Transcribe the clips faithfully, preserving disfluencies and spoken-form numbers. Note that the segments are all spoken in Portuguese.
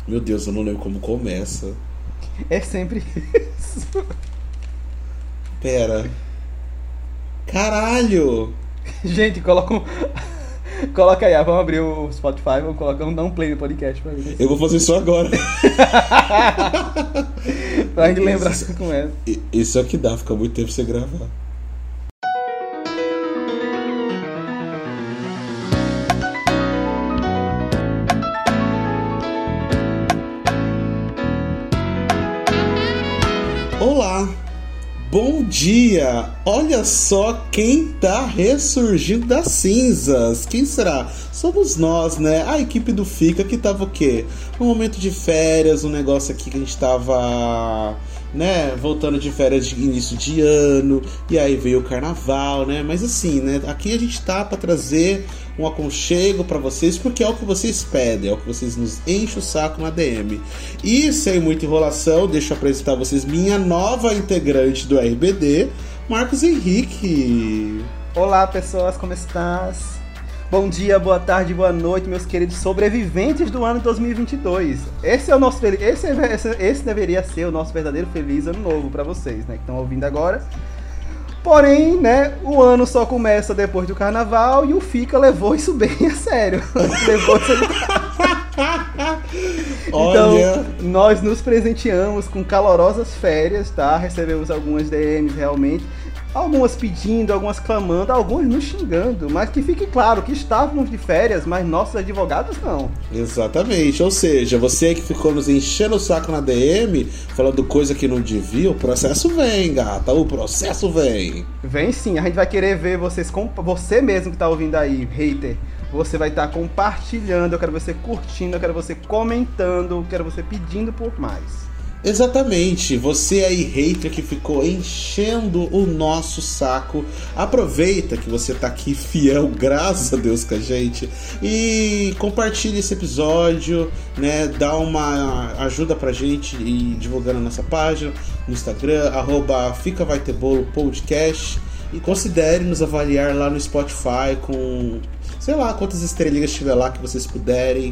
Meu Deus, eu não lembro como começa. É sempre isso. Pera. Caralho! Gente, coloca um... Coloca aí, vamos abrir o Spotify, vamos colocar um, dar um play no podcast pra ver. Eu vou fazer isso agora. Pra gente lembrar como é. Isso é o que dá, fica muito tempo sem gravar. Olá! Bom dia! Olha só quem tá ressurgindo das cinzas. Quem será? Somos nós, né? A equipe do Fica que tava o quê? Um momento de férias, um negócio aqui que a gente tava, né, voltando de férias de início de ano, e aí veio o carnaval, né? Mas assim, né, aqui a gente tá pra trazer um aconchego pra vocês, porque é o que vocês pedem, é o que vocês nos enchem o saco na D M. E sem muita enrolação, deixa eu apresentar a vocês minha nova integrante do R B D, Marcos Henrique. Olá pessoas, como estás? Bom dia, boa tarde, boa noite, meus queridos sobreviventes do ano dois mil e vinte e dois. Esse é o nosso esse, esse, esse deveria ser o nosso verdadeiro feliz ano novo pra vocês, né, que estão ouvindo agora. Porém, né, o ano só começa depois do carnaval e o Fica levou isso bem a sério. Levou isso Então, Olha... nós nos presenteamos com calorosas férias, tá? Recebemos algumas D Ms realmente. Algumas pedindo, algumas clamando, algumas nos xingando, mas que fique claro que estávamos de férias, mas nossos advogados não. Exatamente, ou seja, você que ficou nos enchendo o saco na D M, falando coisa que não devia, o processo vem, gata, o processo vem. Vem sim, a gente vai querer ver vocês, você mesmo que tá ouvindo aí, hater, você vai estar compartilhando, eu quero você curtindo, eu quero você comentando, eu quero você pedindo por mais. Exatamente, você aí hater que ficou enchendo o nosso saco, aproveita que você tá aqui fiel, graças a Deus, com a gente, e compartilha esse episódio, né, dá uma ajuda pra gente e divulgando a nossa página no Instagram, arroba Fica Vai Ter Bolo Podcast, e considere nos avaliar lá no Spotify com, sei lá, quantas estrelinhas tiver lá que vocês puderem,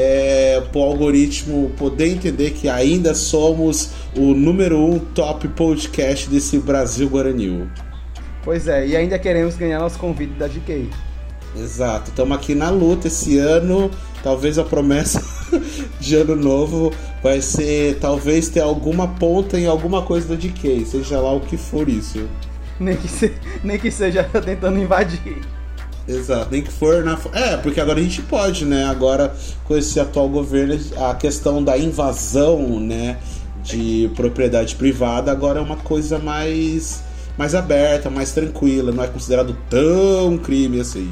é, para o algoritmo poder entender que ainda somos o número um top podcast desse Brasil Guaranil. Pois é, e ainda queremos ganhar nosso convite da G K. Exato, estamos aqui na luta esse ano. Talvez a promessa de ano novo vai ser, talvez, ter alguma ponta em alguma coisa da G K, seja lá o que for isso. Nem que, se, nem que seja tentando invadir. Exato, nem que for na... É, porque agora a gente pode, né? Agora, com esse atual governo, a questão da invasão, né, de propriedade privada agora é uma coisa mais, mais aberta, mais tranquila, não é considerado tão crime assim.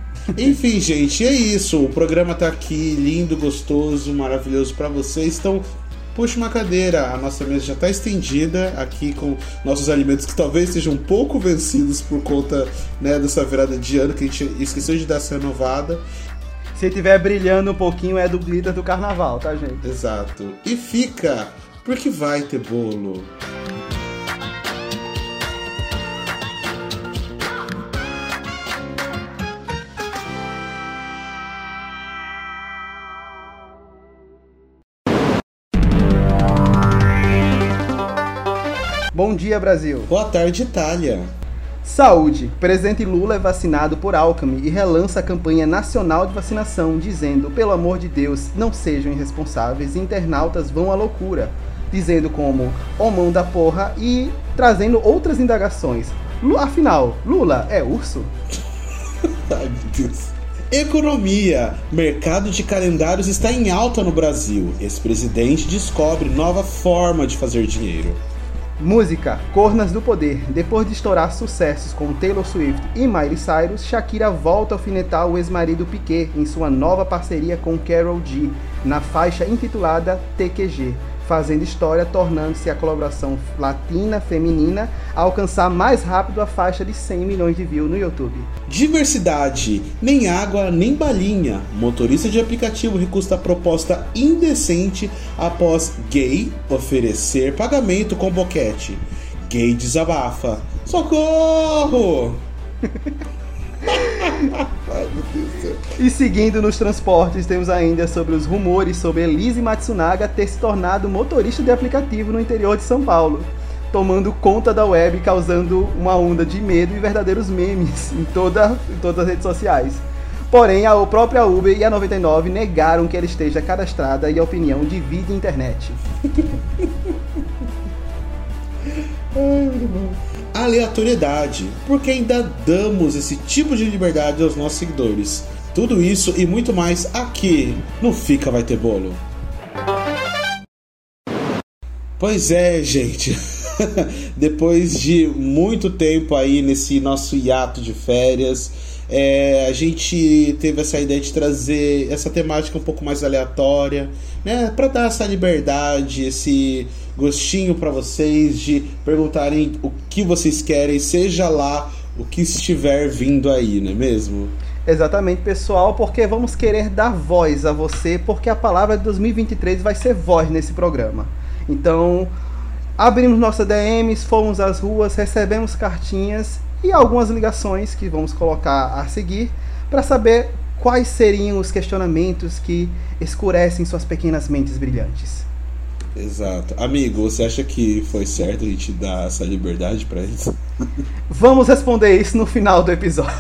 Enfim, gente, é isso. O programa tá aqui, lindo, gostoso, maravilhoso pra vocês. Então, puxa uma cadeira, a nossa mesa já está estendida aqui com nossos alimentos que talvez sejam um pouco vencidos por conta, né, dessa virada de ano que a gente esqueceu de dar essa renovada. Se tiver brilhando um pouquinho é do glitter do carnaval, tá, gente? Exato. E fica, porque vai ter bolo. Bom dia, Brasil. Boa tarde, Itália. Saúde. Presidente Lula é vacinado por Alckmin e relança a campanha nacional de vacinação, dizendo, pelo amor de Deus, não sejam irresponsáveis e internautas vão à loucura. Dizendo como, ó mão da porra e trazendo outras indagações. Afinal, Lula é urso? Ai, meu Deus. Economia. Mercado de calendários está em alta no Brasil. Ex-presidente descobre nova forma de fazer dinheiro. Música, Cornas do Poder. Depois de estourar sucessos com Taylor Swift e Miley Cyrus, Shakira volta a alfinetar o ex-marido Piqué em sua nova parceria com Karol G, na faixa intitulada T Q G, fazendo história, tornando-se a colaboração latina feminina a alcançar mais rápido a faixa de cem milhões de views no YouTube. Diversidade, nem água nem balinha. Motorista de aplicativo recusa a proposta indecente após gay oferecer pagamento com boquete. Gay desabafa. Socorro! Ai, meu Deus do céu. E seguindo nos transportes, temos ainda sobre os rumores sobre Elise Matsunaga ter se tornado motorista de aplicativo no interior de São Paulo, tomando conta da web, causando uma onda de medo e verdadeiros memes em, toda, em todas as redes sociais. Porém, a própria Uber e a noventa e nove negaram que ela esteja cadastrada e a opinião divide a internet. Aleatoriedade, porque ainda damos esse tipo de liberdade aos nossos seguidores. Tudo isso e muito mais aqui no Fica Vai Ter Bolo. Pois é, gente. Depois de muito tempo aí nesse nosso hiato de férias, é, a gente teve essa ideia de trazer essa temática um pouco mais aleatória, né, para dar essa liberdade, esse gostinho para vocês de perguntarem o que vocês querem, seja lá o que estiver vindo aí, não é mesmo? Exatamente, pessoal, porque vamos querer dar voz a você, porque a palavra de dois mil e vinte e três vai ser voz nesse programa. Então, abrimos nossas D Ms, fomos às ruas, recebemos cartinhas e algumas ligações que vamos colocar a seguir para saber quais seriam os questionamentos que escurecem suas pequenas mentes brilhantes. Exato. Amigo, você acha que foi certo a gente dar essa liberdade pra eles? Vamos responder isso no final do episódio.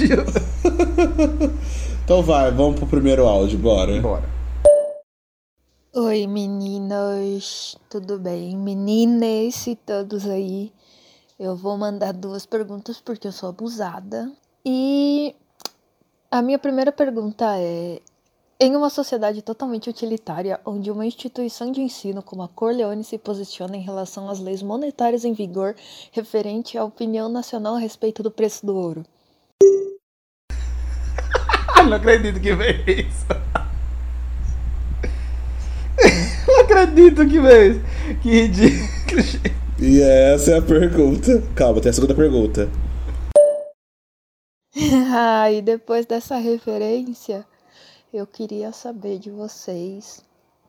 Então vai, vamos pro primeiro áudio, bora. Bora. Oi, meninos, tudo bem? Meninas e todos aí. Eu vou mandar duas perguntas porque eu sou abusada. E a minha primeira pergunta é: em uma sociedade totalmente utilitária, onde uma instituição de ensino como a Corleone se posiciona em relação às leis monetárias em vigor referente à opinião nacional a respeito do preço do ouro. Não acredito que veio isso. Não acredito que veio isso. Que ridículo. E essa é a pergunta. Calma, tem a segunda pergunta. Ah, e depois dessa referência, eu queria saber de vocês.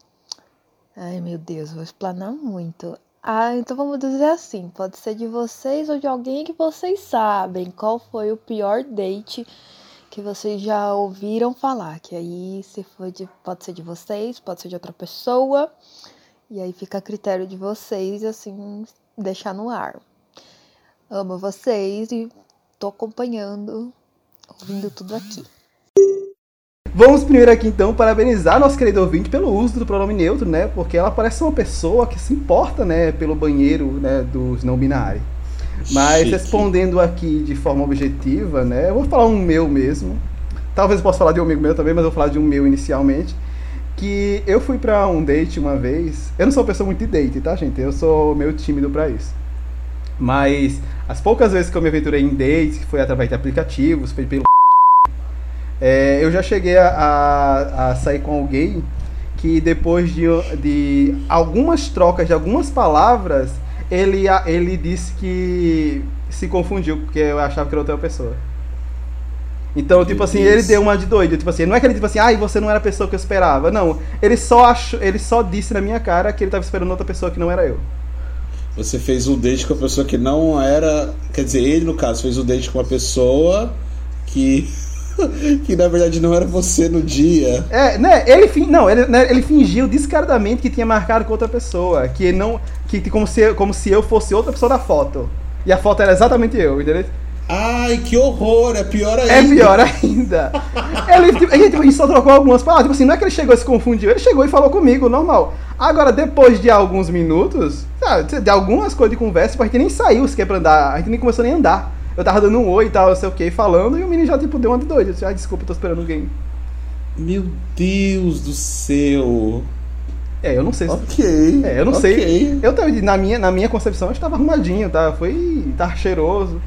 Ai, meu Deus, vou explanar muito. Ah, então vamos dizer assim, pode ser de vocês ou de alguém que vocês sabem. Qual foi o pior date que vocês já ouviram falar? Que aí, se for de, pode ser de vocês, pode ser de outra pessoa. E aí fica a critério de vocês, assim, deixar no ar. Amo vocês e tô acompanhando, ouvindo tudo aqui. Vamos primeiro aqui, então, parabenizar nosso querido ouvinte pelo uso do pronome neutro, né? Porque ela parece uma pessoa que se importa, né, pelo banheiro, né, dos não binários. Mas Chique. Respondendo aqui de forma objetiva, né, eu vou falar um meu mesmo. Talvez eu possa falar de um amigo meu também, mas eu vou falar de um meu inicialmente. Que eu fui pra um date uma vez. Eu não sou uma pessoa muito de date, tá, gente? Eu sou meio tímido pra isso. Mas as poucas vezes que eu me aventurei em dates, que foi através de aplicativos, foi pelo... É, eu já cheguei a, a, a sair com alguém que depois de, de algumas trocas de algumas palavras, ele, ele disse que se confundiu, porque eu achava que era outra pessoa. Então, tipo assim, ele deu uma de doido. Tipo assim, não é que ele tipo assim, ai, você não era a pessoa que eu esperava. Não, ele só, achou, ele só disse na minha cara que ele estava esperando outra pessoa que não era eu. Você fez um date com uma pessoa que não era... Quer dizer, ele, no caso, fez um date com uma pessoa que... que na verdade não era você no dia. É, né? Ele, fin... não, ele, né, ele fingiu descaradamente que tinha marcado com outra pessoa. Que não. Que, que como, se, como se eu fosse outra pessoa da foto. E a foto era exatamente eu, entendeu? Ai, que horror! É pior ainda. É pior ainda. ele, tipo, a, gente, a gente só trocou algumas palavras. Tipo assim, não é que ele chegou e se confundiu, ele chegou e falou comigo, normal. Agora, depois de alguns minutos, sabe, de algumas coisas de conversa, a gente nem saiu sequer pra andar, a gente nem começou nem a andar. Eu tava dando um oi e tal, não sei o que, falando, e o menino já, tipo, deu uma de doido. Eu disse, ai, desculpa, tô esperando alguém. Meu Deus do céu. É, eu não sei se... Ok. É, eu não okay. sei. Eu, na minha, na minha concepção, eu estava arrumadinho, tá? Foi... Tava cheiroso.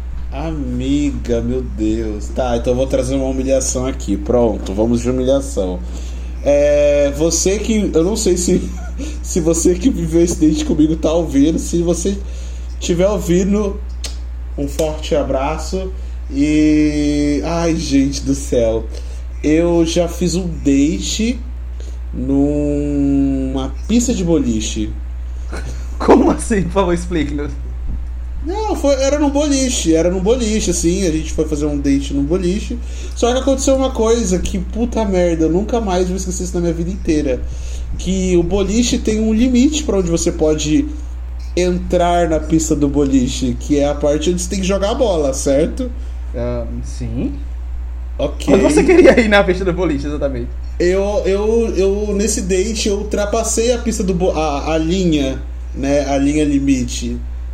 Amiga, meu Deus. Tá, então eu vou trazer uma humilhação aqui. Pronto, vamos de humilhação. É... Você que... Eu não sei se... se você que viveu esse date comigo tá ouvindo. Se você tiver ouvindo... Um forte abraço. E... Ai, gente do céu. Eu já fiz um date numa pista de boliche. Como assim? Por favor, explique-nos. Não, foi, era num boliche, era num boliche, assim, a gente foi fazer um date num boliche. Só que aconteceu uma coisa que, puta merda, eu nunca mais vou esquecer isso na minha vida inteira. Que o boliche tem um limite pra onde você pode entrar na pista do boliche, que é a parte onde você tem que jogar a bola, certo? Uh, sim. Ok. Onde você queria ir na pista do boliche, exatamente? Eu, eu, eu nesse date, eu ultrapassei a pista do bo- a, a linha, né, a linha limite.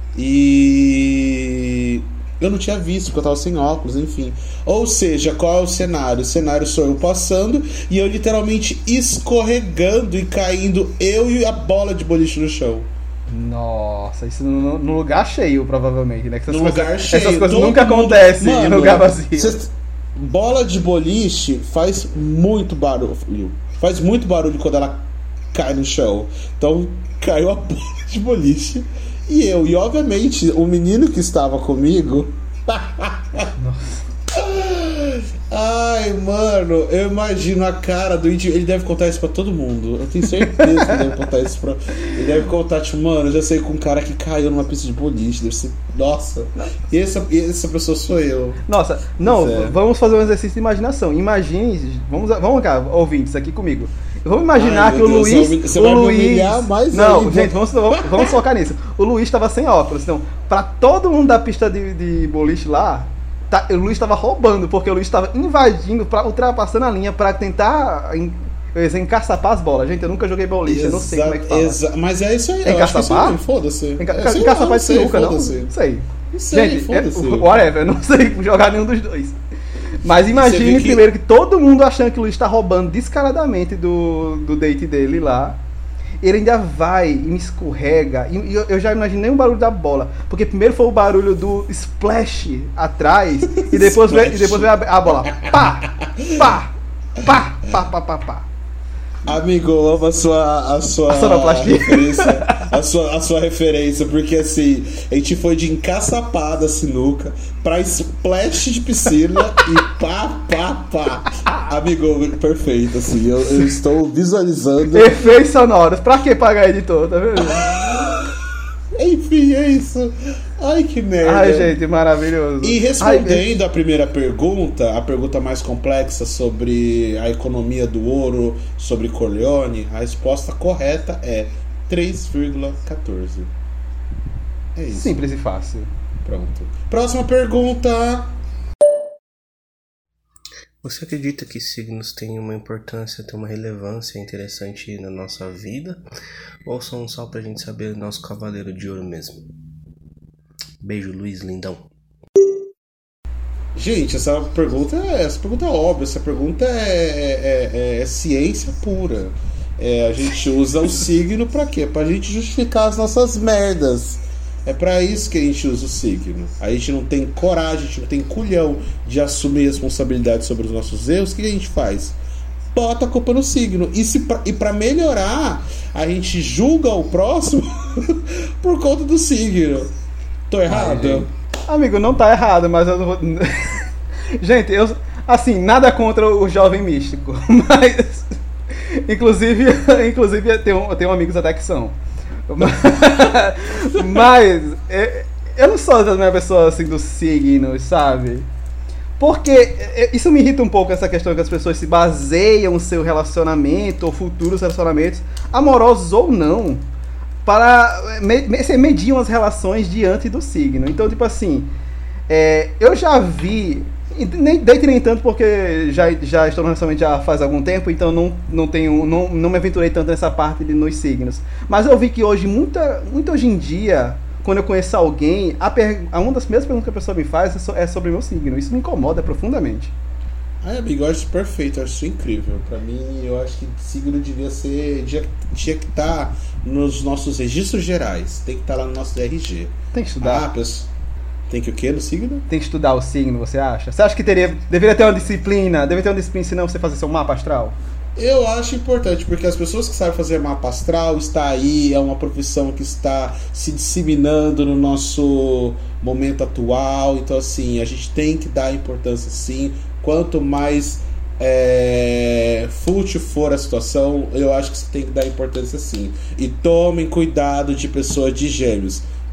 E eu não tinha visto, porque eu tava sem óculos, enfim. Ou seja, qual é o cenário? O cenário sou eu passando e eu literalmente escorregando e caindo, eu e a bola de boliche no chão. Nossa, isso no, no lugar cheio, provavelmente, né? Que essas no coisas, lugar cheio. Essas coisas Todo nunca mundo... acontecem Mano, em lugar vazio. Cês... Bola de boliche faz muito barulho. Faz muito barulho quando ela cai no chão. Então caiu a bola de boliche. E eu, e obviamente, o menino que estava comigo. Nossa. Ai, mano, eu imagino a cara do índio. Ele deve contar isso pra todo mundo. Eu tenho certeza que ele deve contar isso pra. Ele deve contar, tipo, mano, eu já sei com um cara que caiu numa pista de boliche. Deve ser. Nossa. E essa, e essa pessoa sou eu. Nossa, não, Sério. Vamos fazer um exercício de imaginação. Imagine. Vamos, vamos cá, ouvintes, aqui comigo. Vamos imaginar Ai, que o meu Deus, Luiz. você o vai me Luiz... humilhar mais Não, ainda. gente, vamos, vamos, vamos focar nisso. O Luiz estava sem óculos. Então, pra todo mundo da pista de, de boliche lá, tá, o Luiz estava roubando, porque o Luiz estava invadindo, pra, ultrapassando a linha pra tentar en, encaçapar as bolas. Gente, eu nunca joguei boliche, Exa- eu não sei como é que fala. exa- Mas é isso aí. É eu acho que isso encaçapar? aí, foda-se. Enca, É, sei encaçapar lá, de sei, sinuca, não? foda-se. Não sei. Não sei, Gente, foda-se. é, whatever, eu não sei jogar nenhum dos dois. Mas Você imagine vê que- primeiro que todo mundo achando que o Luiz está roubando descaradamente do, do date dele lá. Ele ainda vai e me escorrega. E eu, eu já imaginei o barulho da bola. Porque primeiro foi o barulho do splash atrás. E depois veio, e depois veio a, a bola. Pá! Pá! Pá! Pá, pá, pá, pá. Amigo, eu amo a sua, a sua A sonoplastia. referência, a sua, a sua referência, porque assim, a gente foi de encaçapada sinuca pra splash de piscina e pá, pá, pá. Amigo, perfeito, assim, eu, eu estou visualizando. Efeitos sonoros. Pra que pagar editor, tá vendo? Enfim, é isso. Ai, que merda. Ai, gente, maravilhoso. E respondendo a primeira pergunta, a pergunta mais complexa sobre a economia do ouro, sobre Corleone, a resposta correta é três vírgula quatorze. É isso. Simples e fácil. Pronto. Próxima pergunta. Você acredita que signos têm uma importância, têm uma relevância interessante na nossa vida? Ou são só pra gente saber o nosso cavaleiro de ouro mesmo? Beijo, Luiz Lindão. Gente, essa pergunta é, essa pergunta é óbvia. Essa pergunta é, é, é, é ciência pura. É, a gente usa o signo pra quê? Pra gente justificar as nossas merdas. É pra isso que a gente usa o signo. A gente não tem coragem, a gente não tem culhão de assumir responsabilidade sobre os nossos erros. O que a gente faz? Bota a culpa no signo. E, se pra, e pra melhorar, a gente julga o próximo por conta do signo. Tô errado? Ai, amigo, não tá errado, mas eu não vou... Gente, eu... Assim, nada contra o jovem místico. Mas... Inclusive, inclusive eu tenho, eu tenho amigos até que são. Mas eu não sou uma pessoa assim dos signos, sabe? Porque isso me irrita um pouco, essa questão que as pessoas se baseiam o seu relacionamento ou futuros relacionamentos, amorosos ou não, para mediam as relações diante do signo. Então, tipo assim, é, eu já vi, nem deito nem tanto porque já, já estou no relacionamento já faz algum tempo, então não, não, tenho, não, não me aventurei tanto nessa parte de, nos signos. Mas eu vi que hoje, muita, muito hoje em dia, quando eu conheço alguém, a per, uma das primeiras perguntas que a pessoa me faz é, so, é sobre o meu signo. Isso me incomoda profundamente. Ai, amigo, eu acho isso perfeito, eu acho isso incrível. Pra mim, eu acho que signo devia ser. Tinha que estar nos nossos registros gerais. Tem que estar lá no nosso D R G. Tem que estudar. Ah, pessoal. Tem que o quê no signo? Tem que estudar o signo, você acha? Você acha que teria, deveria ter uma disciplina? Deveria ter uma disciplina ensinando você a fazer seu mapa astral? Eu acho importante, porque as pessoas que sabem fazer mapa astral está aí, é uma profissão que está se disseminando no nosso momento atual. Então, assim, a gente tem que dar importância, sim. Quanto mais é, fútil for a situação, eu acho que você tem que dar importância, sim. E tomem cuidado de pessoas de gêmeos.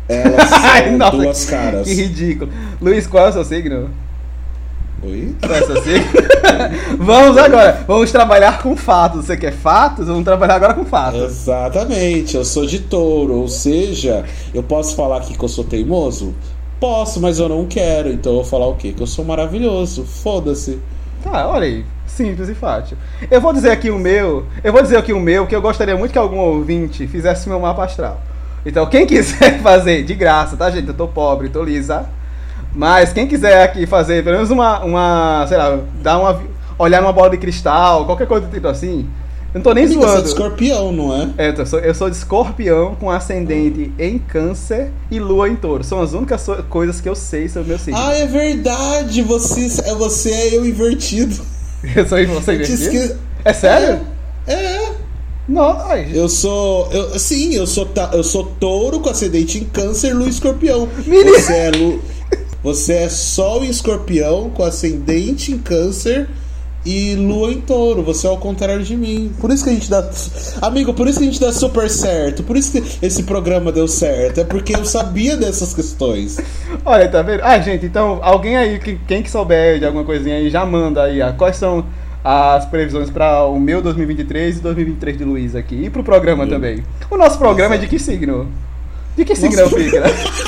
Elas são Nossa, duas caras. Que ridículo. Luiz, qual é o seu signo? Oi? Qual é o seu signo? Vamos agora, vamos trabalhar com fatos. Você quer fatos? Vamos trabalhar agora com fatos. Exatamente, eu sou de touro, ou seja, eu posso falar aqui que eu sou teimoso? Posso, mas eu não quero, então eu vou falar o quê? Que eu sou maravilhoso, foda-se. Tá, olha aí, simples e fácil. Eu vou dizer aqui o meu, eu vou dizer aqui o meu, que eu gostaria muito que algum ouvinte fizesse meu mapa astral. Então, quem quiser fazer, de graça, tá, gente? Eu tô pobre, tô lisa. Mas quem quiser aqui fazer pelo menos uma, uma sei lá, dar uma, olhar numa bola de cristal, qualquer coisa do tipo assim, eu não tô nem Amiga, zoando. você é de escorpião, não é? É, eu sou, eu sou de escorpião com ascendente em câncer e lua em touro. São as únicas so- coisas que eu sei sobre o meu signo. Ah, é verdade, você, você é eu invertido. Eu sou você Eu te invertido? esque- É sério? É, é. Não, ai, Eu sou. Eu, sim, eu sou, ta- eu sou touro com ascendente em câncer, lua em escorpião. Menino. Você é, lu, você é sol em escorpião com ascendente em câncer e lua em touro. Você é ao contrário de mim. Por isso que a gente dá. Amigo, por isso que a gente dá super certo. Por isso que esse programa deu certo. É porque eu sabia dessas questões. olha, tá vendo? Ah, gente, então, alguém aí, que- quem que souber de alguma coisinha aí, já manda aí, ó, quais são as previsões para o meu dois mil e vinte e três e dois mil e vinte e três de Luiz aqui. E pro programa também. O nosso programa é de que signo? De que signo Nossa. fica, né?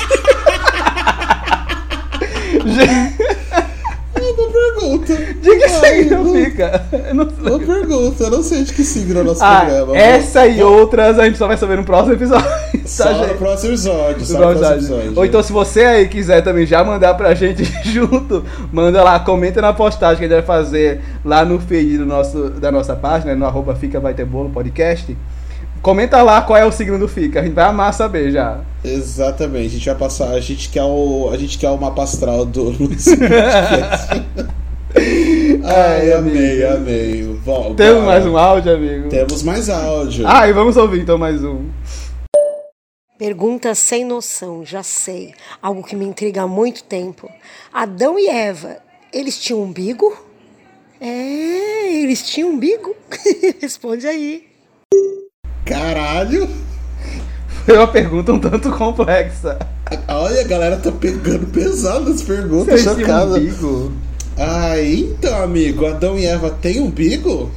Uma pergunta. De que Ai, signo não- fica? Eu não sei. Uma pergunta. Eu não sei de que signo é o nosso Ah, programa. essa e outras a gente só vai saber no próximo episódio. Só tá, no gente? próximo episódio. Só No no próximo próximo episódio. episódio. Ou então, se você aí quiser também já mandar pra gente junto, manda lá, comenta na postagem que a gente vai fazer lá no feed do nosso, da nossa página, no arroba Fica Vai Ter Bolo Podcast. Comenta lá qual é o signo do Fica, a gente vai amar saber já. Exatamente, a gente vai passar, a gente quer o, a gente quer o mapa astral do Luiz. Ai, amei, amei. Bom, Temos bora. mais um áudio, amigo? Temos mais áudio. Ah, e vamos ouvir então mais um. Pergunta sem noção, já sei. Algo que me intriga há muito tempo. Adão e Eva, eles tinham umbigo? É, eles tinham umbigo? Responde aí. Caralho! Foi uma pergunta um tanto complexa. Olha, a galera tá pegando pesado as perguntas, Vocês tinham chocada. umbigo? Ah, então, amigo, Adão e Eva têm umbigo?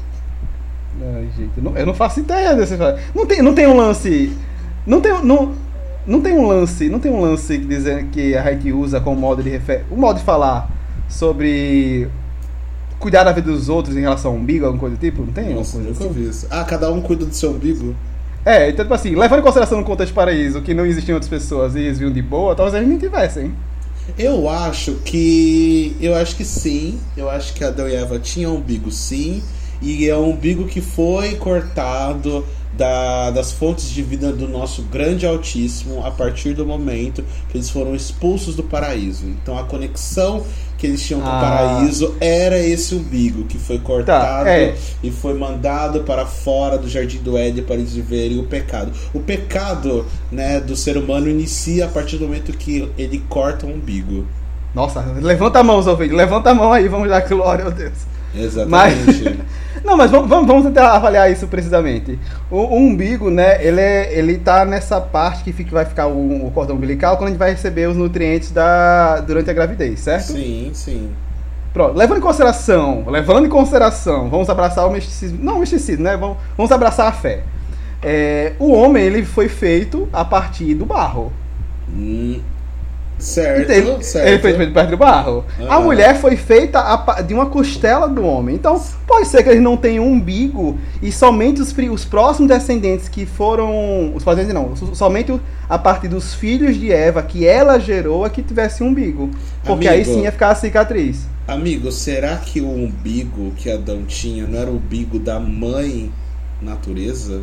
Ai, gente, eu não, eu não faço ideia desse. Não tem, não tem um lance. Não tem, não, não tem um lance. Não tem um lance dizendo que a gente usa como modo de refer... o modo de falar sobre cuidar da vida dos outros em relação ao umbigo, alguma coisa do tipo? Não tem? Nossa, Alguma nunca coisa assim? vi isso. Ah, cada um cuida do seu umbigo? É, então, tipo assim, levando em consideração no contexto paraíso que não existiam outras pessoas e eles viam de boa, talvez eles nem tivessem. Eu acho que. Eu acho que sim. Eu acho que Adão e Eva tinham umbigo, sim. E é um umbigo que foi cortado da, das fontes de vida do nosso grande Altíssimo a partir do momento que eles foram expulsos do paraíso. Então a conexão que eles tinham com Ah. o paraíso era esse umbigo que foi cortado Tá, é. e foi mandado para fora do Jardim do Éden para eles viverem o pecado. O pecado, né, do ser humano inicia a partir do momento que ele corta o umbigo. Nossa, levanta a mão, Zolfide, levanta a mão aí, vamos dar glória a Deus. Exatamente. Não, mas vamos, vamos, vamos tentar avaliar isso precisamente. O, o umbigo, né, ele, é, ele tá nessa parte que fica, vai ficar o, o cordão umbilical quando a gente vai receber os nutrientes da, durante a gravidez, certo? Sim, sim. Pronto, levando em consideração, levando em consideração, vamos abraçar o misticismo, não o misticismo, né, vamos, vamos abraçar a fé. É, o homem, ele foi feito a partir do barro. Hum, certo, Ele, certo. ele foi feito perto do barro. A Ah. mulher foi feita a pa- de uma costela do homem. Então, pode ser que eles não tenham um umbigo e somente os, pri- os próximos descendentes que foram. Os descendentes não, so- somente o- a partir dos filhos de Eva que ela gerou é que tivesse um umbigo. Porque aí Amigo. sim ia ficar a cicatriz. Amigo, será que o umbigo que Adão tinha não era o umbigo da mãe natureza?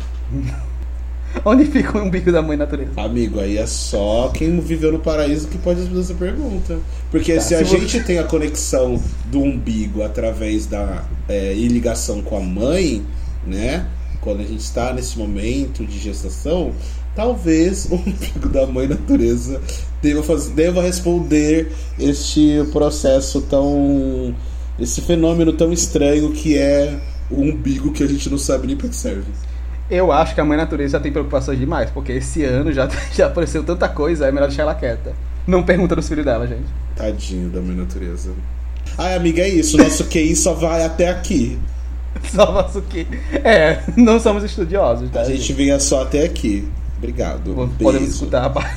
Onde fica o umbigo da mãe natureza? Amigo, aí é só quem viveu no paraíso que pode responder essa pergunta. Porque Tá, se se a você- gente tem a conexão do umbigo através da é, ligação com a mãe, né? Quando a gente está nesse momento de gestação, talvez o umbigo da mãe natureza deva, fazer, deva responder este processo tão. Esse fenômeno tão estranho que é o umbigo que a gente não sabe nem para que serve. Eu acho que a mãe natureza já tem preocupações demais, porque esse ano já, já apareceu tanta coisa, é melhor deixar ela quieta. Não pergunta dos filhos dela, gente. Tadinho da mãe natureza. Ai, amiga, é isso. Nosso Q I só vai até aqui. Só faço o quê? É, não somos estudiosos, tá? A gente vinha só até aqui. Obrigado. Podemos Beijo. escutar, rapaz.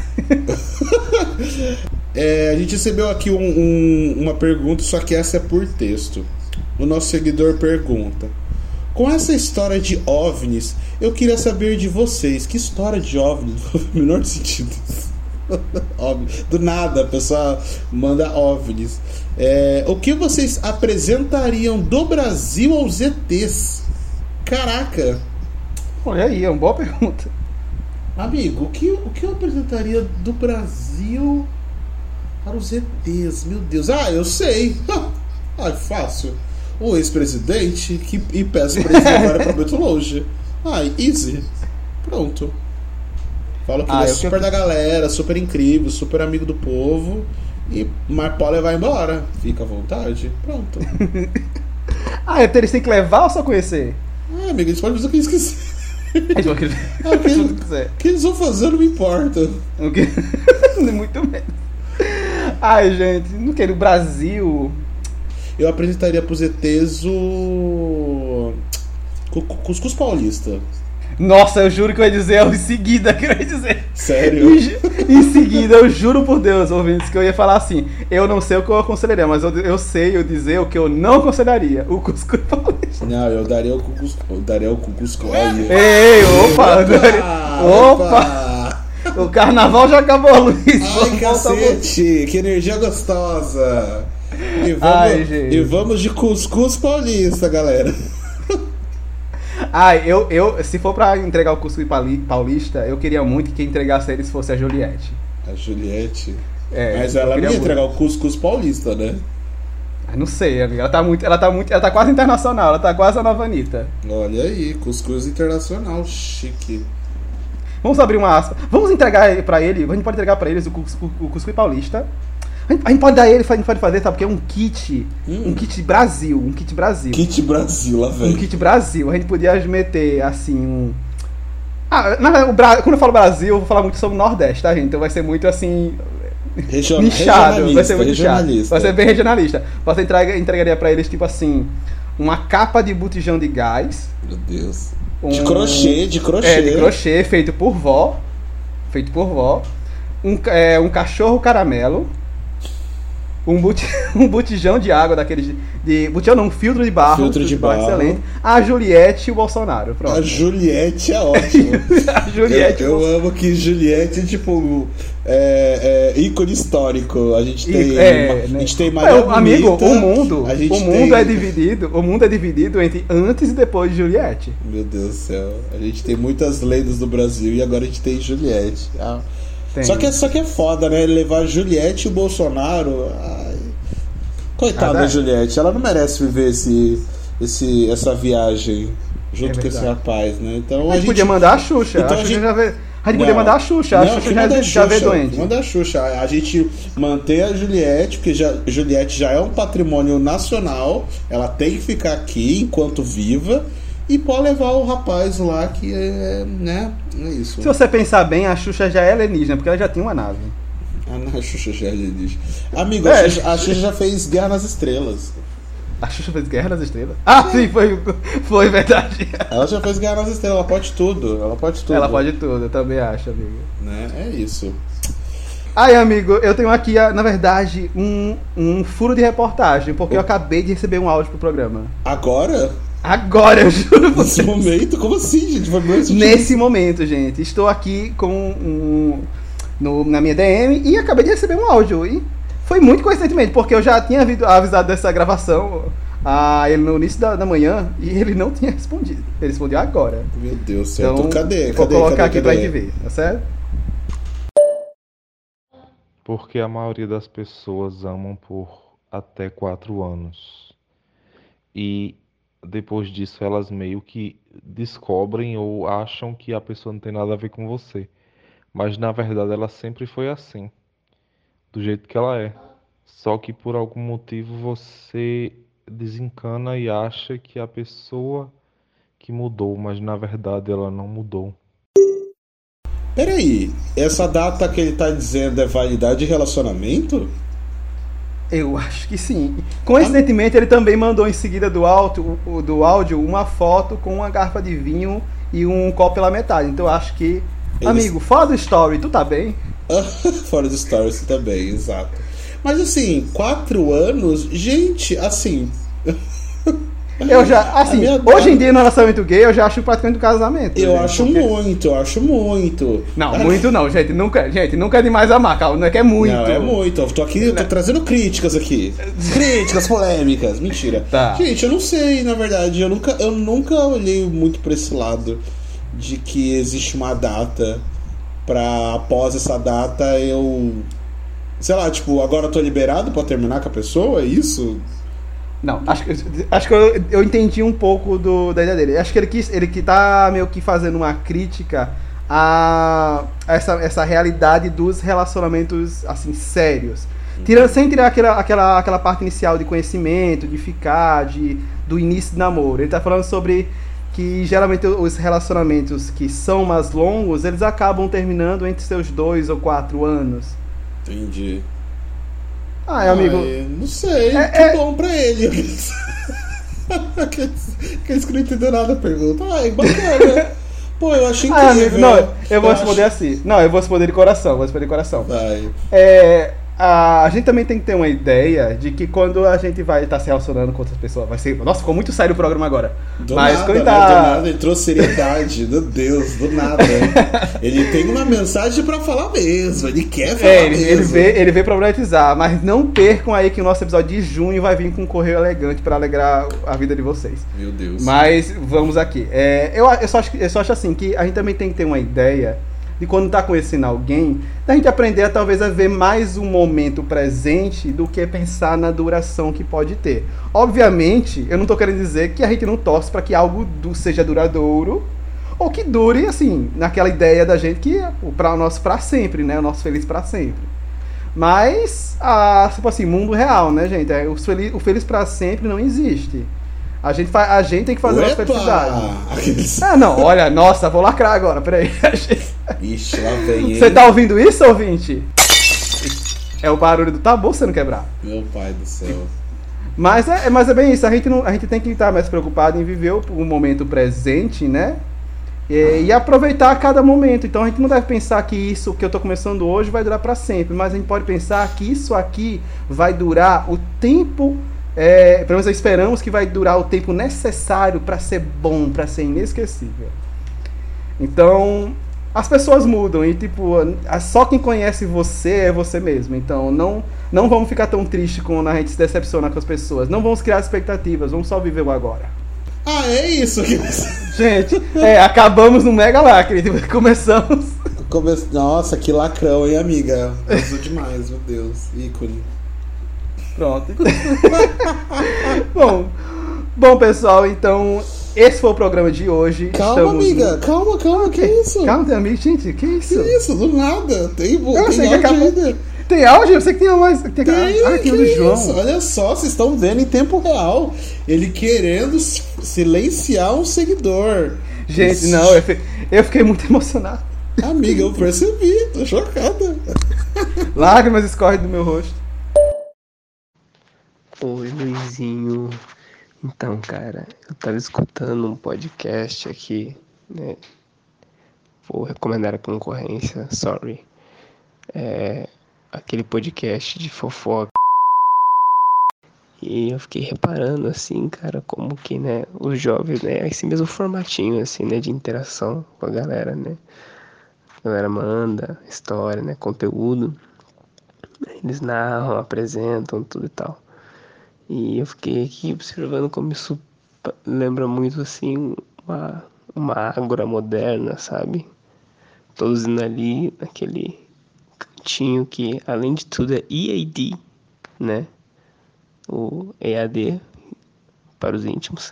É, a gente recebeu aqui um, um, uma pergunta, só que essa é por texto. O nosso seguidor pergunta: com essa história de OVNIs, eu queria saber de vocês. Que história de OVNIs? No menor sentido. Do nada, a pessoa manda OVNIs. É, o que vocês apresentariam do Brasil aos E Tês? Caraca! Olha aí, é uma boa pergunta. Amigo, o que, o que eu apresentaria do Brasil para os E Tês? Meu Deus. Ah, eu sei. Ah, fácil. O ex-presidente que, e peço para ele levar para muito longe. Ah, easy. Pronto. Falo que Ah, ele é eu super que- da galera, super incrível, super amigo do povo. E mas pode levar embora. Fica à vontade. Pronto. Ah, então eles têm que levar ou só conhecer? Ah, amigo, eles podem fazer o que eles quiserem. Eles vão querer- Ah, o que, se quiser. o que eles vão fazer não me importa. O quê? Muito menos. Ai, gente, não quero o Brasil. Eu apresentaria pros E Tês o. cu- cu- Cuscuz Paulista. Nossa, eu juro que eu ia dizer em seguida que eu ia dizer. Sério? Em, ju- em seguida, eu juro por Deus, ouvintes, que eu ia falar assim: eu não sei o que eu aconselharia, mas eu, eu sei eu dizer o que eu não aconselharia: o cuscuz paulista. Não, eu daria o Cuscuz. Eu daria o Cuscuz Paulista. Ei, opa! eu daria- Opa! O carnaval já acabou, Luiz. Ai, Vamos voltar um cacete! Que energia gostosa! E vamos, Ai, gente. e vamos de Cuscuz Paulista, galera. Ai, eu, eu, se for pra entregar o cuscuz pauli- paulista, eu queria muito que quem entregasse eles fosse a Juliette. A Juliette. É, Mas eu ela não queria ia muito. entregar o Cuscuz Paulista, né? Ai, não sei, amiga. Ela tá muito. Ela tá muito. Ela tá quase internacional, ela tá quase a nova Anitta. Olha aí, Cuscuz Internacional, chique. Vamos abrir uma aspa. Vamos entregar pra ele. A gente pode entregar pra eles o, cus- o cuscuz paulista. A gente, a gente pode dar ele, a gente pode fazer, sabe? Porque é um kit. Hum. Um kit Brasil. Um kit Brasil. Kit Brasil, lá Um vem. kit Brasil. A gente podia meter assim um. Ah, na verdade, o Bra... quando eu falo Brasil, eu vou falar muito sobre o Nordeste, tá, gente? Então vai ser muito assim. Region... Nichado, vai ser muito nichado. regionalista. Vai ser bem regionalista. Você entrega, entregaria pra eles, tipo assim, uma capa de botijão de gás. Meu Deus. um- De crochê, de crochê. É, de crochê, feito por vó. Feito por vó. Um, ca- é, um cachorro caramelo. Um, boti- um botijão de água daqueles. De, de, botijão não, um filtro de barro. Filtro de barro. Excelente. A Juliette e o Bolsonaro. Pronto. A Juliette é ótima. A Juliette e o eu, eu Bolsonaro. amo que Juliette é tipo é, é, ícone histórico. A gente tem, É, a né? gente tem É, Maria o- amigo, Bonita, o mundo, a gente o mundo tem- é dividido, o mundo é dividido entre antes e depois de Juliette. Meu Deus do céu. A gente tem muitas lendas do Brasil e agora a gente tem Juliette. Ah. Tem. Só, que, é- só que é foda, né? Levar a Juliette e o Bolsonaro. Ai. Coitada Ah, da dá. Juliette, ela não merece viver esse, esse, essa viagem junto É com esse verdade. rapaz, né? Então A gente podia mandar a Xuxa. Então a a Xuxa gente- já vê. A gente Não. podia mandar a Xuxa. A Não, Xuxa que já, manda a já vê Xuxa, doente. manda a Xuxa. A gente manter a Juliette, porque já, Juliette já é um patrimônio nacional. Ela tem que ficar aqui enquanto viva. E pode levar o rapaz lá que é, né? É isso. Se você pensar bem, a Xuxa já é alienígena, porque ela já tinha uma nave. Ah, não, a Xuxa já é alienígena. Amigo, É. a, Xuxa, a Xuxa já fez Guerra nas Estrelas. A Xuxa fez Guerra nas Estrelas? Ah, sim, foi, foi verdade. Ela já fez Guerra nas Estrelas, ela pode tudo. Ela pode tudo. Ela pode tudo, eu também acho, amigo. Né? É isso. Ai, amigo, eu tenho aqui, na verdade, um, um furo de reportagem, porque eu acabei de receber um áudio pro programa. Agora? Agora, eu juro por Nesse momento? Como assim, gente? Foi meu sentido. Nesse momento, gente, estou aqui com um, no, na minha D M e acabei de receber um áudio. E foi muito coincidentemente, porque eu já tinha avi- avisado dessa gravação a ele no início da, da manhã e ele não tinha respondido. Ele respondeu agora. Meu Deus do céu. Então, Então, cadê? vou Cadê? colocar cadê, aqui pra cadê? gente ver, tá certo? Porque a maioria das pessoas amam por até quatro anos. E depois disso elas meio que descobrem ou acham que a pessoa não tem nada a ver com você. Mas na verdade ela sempre foi assim, do jeito que ela é. Só que por algum motivo você desencana e acha que a pessoa que mudou, mas na verdade ela não mudou. Peraí, essa data que ele tá dizendo é validade de relacionamento? Eu acho que sim. Coincidentemente, ele também mandou em seguida do áudio, do áudio uma foto com uma garrafa de vinho e um copo pela metade. Então eu acho que... Eles... Amigo, fora do story, tu tá bem? Fora do story, você tá bem, exato. Mas assim, quatro anos... Gente, assim... Eu já, assim, hoje em dia no relacionamento gay eu já acho praticamente um casamento. Eu gente, acho porque... muito, eu acho muito. Não, Cara... muito não, gente, nunca, gente, nunca é demais amar, calma, não é que é muito. Não, é muito, eu tô aqui, eu tô não. trazendo críticas aqui. Críticas polêmicas, mentira. Tá. Gente, eu não sei, na verdade, eu nunca, eu nunca olhei muito pra esse lado de que existe uma data pra após essa data eu... Sei lá, tipo, agora eu tô liberado pra terminar com a pessoa, é isso? Não, acho, acho que eu, eu entendi um pouco do, da ideia dele. Acho que ele, quis, ele que tá meio que fazendo uma crítica a essa, essa realidade dos relacionamentos, assim, sérios. Tira, sem tirar aquela, aquela, aquela parte inicial de conhecimento, de ficar, de, do início do namoro. Ele tá falando sobre que geralmente os relacionamentos que são mais longos, eles acabam terminando entre seus dois ou quatro anos. Entendi. Ah, amigo. Ai, não sei, é, que é... bom pra ele. aqueles, aqueles que não entenderam nada da pergunta. Ai, bacana. Pô, eu achei incrível. Ah, amigo, não, eu vou eu responder acho... assim. Não, eu vou responder de coração, vou responder de coração. Vai. É, a, a gente também tem que ter uma ideia de que quando a gente vai estar tá se relacionando com outras pessoas, vai ser... Nossa, ficou muito sério o programa agora. Do Mas nada, quando né? tá... Do nada, ele trouxe seriedade. Meu Deus, do nada. Ele tem uma mensagem pra falar mesmo, ele quer falar é, ele, mesmo. Ele vê, ele vê problematizar, mas não percam aí que o nosso episódio de junho vai vir com um correio elegante pra alegrar a vida de vocês. Meu Deus. Mas vamos aqui. É, eu, eu, só acho, eu só acho assim, que a gente também tem que ter uma ideia de quando tá conhecendo alguém, da gente aprender a, talvez a ver mais o momento presente do que pensar na duração que pode ter. Obviamente, eu não tô querendo dizer que a gente não torce para que algo do, seja duradouro, ou que dure, assim, naquela ideia da gente que é o pra, nosso para sempre, né? O nosso feliz para sempre. Mas, a, tipo assim, mundo real, né, gente? É, o, feliz, o feliz para sempre não existe. A gente, fa, a gente tem que fazer a nossa felicidade. Ah, não, olha, nossa, vou lacrar agora, peraí. Ixi, lá vem, hein? Você tá ouvindo isso, ouvinte? É o barulho do tabu sendo quebrado. Meu pai do céu. Mas é, mas é bem isso, a gente, não, a gente tem que estar mais preocupado em viver o, o momento presente, né? E, e aproveitar cada momento. Então a gente não deve pensar que isso que eu tô começando hoje vai durar para sempre, mas a gente pode pensar que isso aqui vai durar o tempo... É, pelo menos esperamos que vai durar o tempo necessário para ser bom, para ser inesquecível. Então, as pessoas mudam e tipo, só quem conhece você é você mesmo. Então, não, não vamos ficar tão tristes quando a gente se decepciona com as pessoas. Não vamos criar expectativas, vamos só viver o agora. Ah, é isso que gente, é, acabamos no mega lacre, começamos. Come... Nossa, que lacrão, hein, amiga? Gostou demais, meu Deus, ícone. Pronto. bom, bom, pessoal, então esse foi o programa de hoje. Calma, Estamos amiga, no... calma, calma, que é isso? Calma, tem amigo, gente, que isso? Que isso, do nada. Tem, eu tem sei áudio que acabou... ainda. Tem áudio? Eu sei que tem mais. Tem, tem, ah, tem o do João. Isso? Olha só, vocês estão vendo em tempo real. Ele querendo silenciar um seguidor. Gente, isso. não, eu fiquei, eu fiquei muito emocionado. Amiga, eu percebi, tô chocada. Lágrimas escorrem do meu rosto. Oi, Luizinho. Então, cara, eu tava escutando um podcast aqui, né? Vou recomendar a concorrência, sorry. É aquele podcast de fofoca. E eu fiquei reparando, assim, cara, como que, né, os jovens, né, esse mesmo formatinho, assim, né, de interação com a galera, né? A galera manda história, né, conteúdo. Eles narram, apresentam, tudo e tal. E eu fiquei aqui observando como isso lembra muito, assim, uma, uma ágora moderna, sabe? Todos indo ali naquele cantinho que, além de tudo, é E A D, né? O E A D, para os íntimos.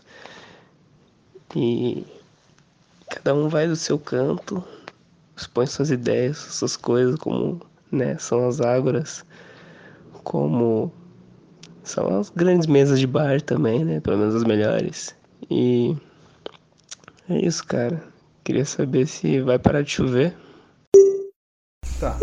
E cada um vai do seu canto, expõe suas ideias, suas coisas, como, né, são as ágoras, como... são as grandes mesas de bar também, né? Pelo menos as melhores. E É isso, cara. Queria saber se vai parar de chover. Tá.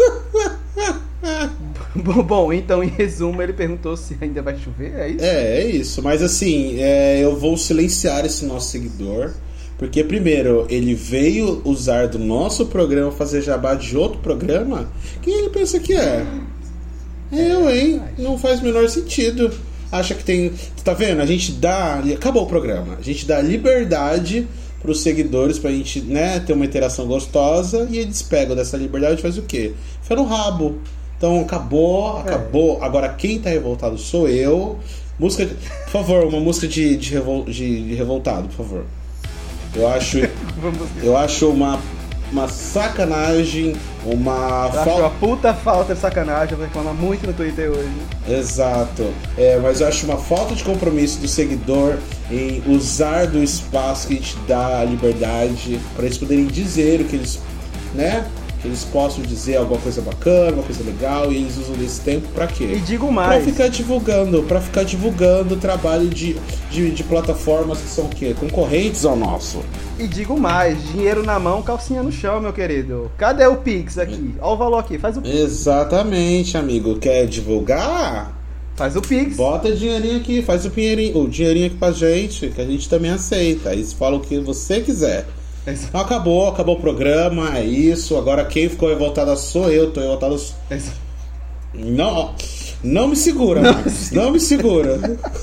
Bom, então, em resumo, ele perguntou se ainda vai chover, é isso? É, é isso. Mas assim, é, eu vou silenciar esse nosso seguidor. Porque, primeiro, ele veio usar do nosso programa fazer jabá de outro programa. Quem ele pensa que é? É eu, hein? Não faz o menor sentido. Acha que tem... Tá vendo? A gente dá... Acabou o programa. A gente dá liberdade pros seguidores pra gente, né, ter uma interação gostosa. E eles pegam dessa liberdade e faz o quê? Fica no rabo. Então, acabou, acabou. É. Agora, quem tá revoltado sou eu. Música... Por favor, uma música de, de, revol... de, de revoltado, por favor. Eu acho, eu acho uma, uma sacanagem, uma falta. Eu acho uma puta falta de sacanagem, eu vou reclamar muito no Twitter hoje. Exato, é, mas eu acho uma falta de compromisso do seguidor em usar do espaço que a gente dá a liberdade para eles poderem dizer o que eles, né? Que eles possam dizer alguma coisa bacana, uma coisa legal, e eles usam desse tempo pra quê? E digo mais. Pra ficar divulgando, pra ficar divulgando o trabalho de, de, de plataformas que são o quê? Concorrentes ao nosso. E digo mais, dinheiro na mão, calcinha no chão, meu querido. Cadê o Pix aqui? Olha o valor aqui, faz o Pix. Exatamente, amigo. Quer divulgar? Faz o Pix. Bota dinheirinho aqui, faz o dinheirinho, o dinheirinho aqui pra gente, que a gente também aceita. Aí você fala o que você quiser. Então, acabou, acabou o programa, é isso. Agora quem ficou revoltada sou eu, tô revoltado. Não, não me segura, não, Max, não me segura.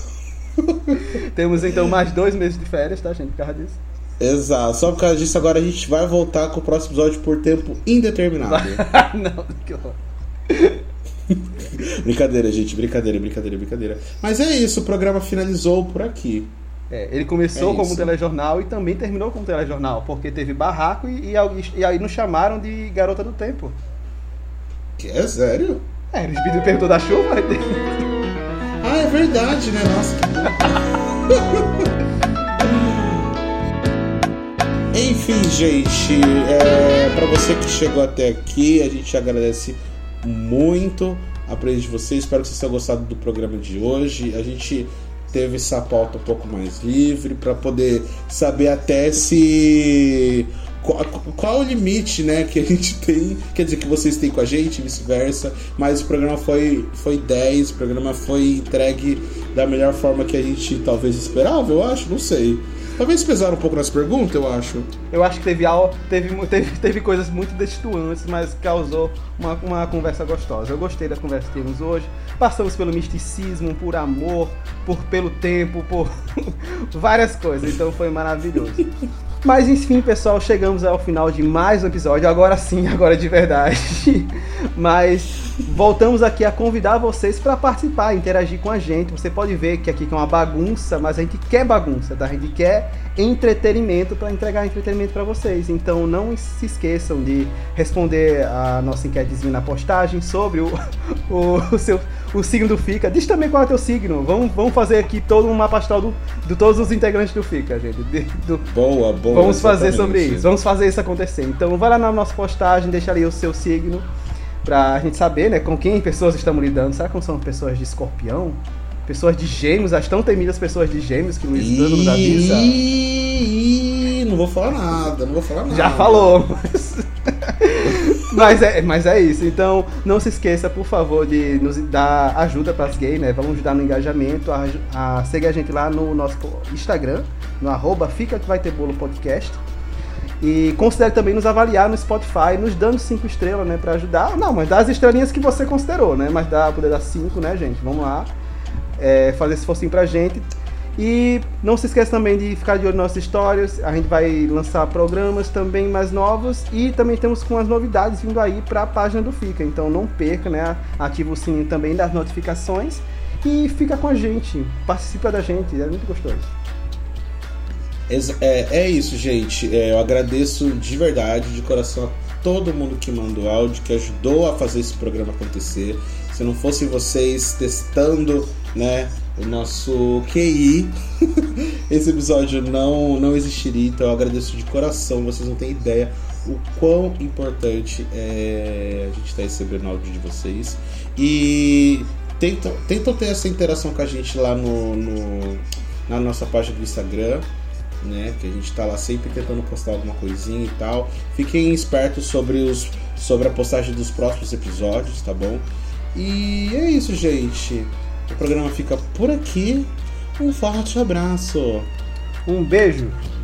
Temos então mais dois meses de férias, tá, gente? Por causa disso. Exato, só por causa disso agora a gente vai voltar com o próximo episódio por tempo indeterminado. Não, que horror. Brincadeira, gente, brincadeira, brincadeira, brincadeira. Mas é isso, o programa finalizou por aqui. É, ele começou é como um telejornal e também terminou como um telejornal, porque teve barraco e, e, e aí nos chamaram de Garota do Tempo. Que é sério? É, eles pediram perguntou da chuva. Ah, é verdade, né? Nossa. Enfim, gente, é, pra você que chegou até aqui, a gente agradece muito a presença de vocês. Espero que vocês tenham gostado do programa de hoje. A gente teve essa pauta um pouco mais livre para poder saber até se qual, qual o limite, né, que a gente tem, quer dizer, que vocês têm com a gente, vice-versa. Mas o programa foi, foi dez, o programa foi entregue da melhor forma que a gente talvez esperava, eu acho, não sei. Talvez pesaram um pouco nas perguntas, eu acho. Eu acho que teve, teve, teve, teve coisas muito destituantes, mas causou uma, uma conversa gostosa. Eu gostei da conversa que temos hoje. Passamos pelo misticismo, por amor, por pelo tempo, por várias coisas. Então foi maravilhoso. Mas enfim, pessoal, chegamos ao final de mais um episódio. Agora sim, agora de verdade. Mas voltamos aqui a convidar vocês para participar, interagir com a gente. Você pode ver que aqui é uma bagunça, mas a gente quer bagunça, tá? A gente quer entretenimento para entregar entretenimento para vocês. Então não se esqueçam de responder a nossa enquetezinha na postagem sobre o, o, o, seu, o signo do Fica. Diz também qual é o teu signo. Vamos, vamos fazer aqui todo um mapa astral do, de todos os integrantes do Fica, gente. De, do, boa, boa. Vamos fazer sobre isso. Vamos fazer isso acontecer. Então vai lá na nossa postagem, deixa ali o seu signo pra gente saber, né, com quem pessoas estamos lidando. Será que são pessoas de Escorpião? Pessoas de Gêmeos, as tão temidas pessoas de Gêmeos que o Luiz Dano nos avisa? Ih, não vou falar nada, não vou falar nada. Já falou, mas... mas, é, mas é isso. Então, não se esqueça, por favor, de nos dar ajuda para as gays, né? Vamos ajudar no engajamento, a, a seguir a gente lá no nosso Instagram, no arroba Fica Que Vai Ter Bolo Podcast. E considere também nos avaliar no Spotify, nos dando cinco estrelas, né? Pra ajudar. Não, mas dá as estrelinhas que você considerou, né? Mas dá, poder dar cinco, né, gente? Vamos lá. É, fazer esse focinho pra gente. E não se esqueça também de ficar de olho nas nossas histórias. A gente vai lançar programas também mais novos. E também temos com as novidades vindo aí para a página do Fica. Então não perca, né? Ativa o sininho também das notificações. E fica com a gente. Participa da gente. É muito gostoso. É, é isso, gente. É, eu agradeço de verdade, de coração, a todo mundo que mandou áudio, que ajudou a fazer esse programa acontecer. Se não fosse vocês testando, né, o nosso Q I, esse episódio não, não existiria. Então eu agradeço de coração. Vocês não têm ideia o quão importante é a gente estar recebendo áudio de vocês. E tentam, tentam ter essa interação com a gente lá no, no, na nossa página do Instagram, né? Que a gente tá lá sempre tentando postar alguma coisinha e tal. Fiquem espertos sobre, os, sobre a postagem dos próximos episódios, tá bom? E é isso, gente. O programa fica por aqui. Um forte abraço. Um beijo.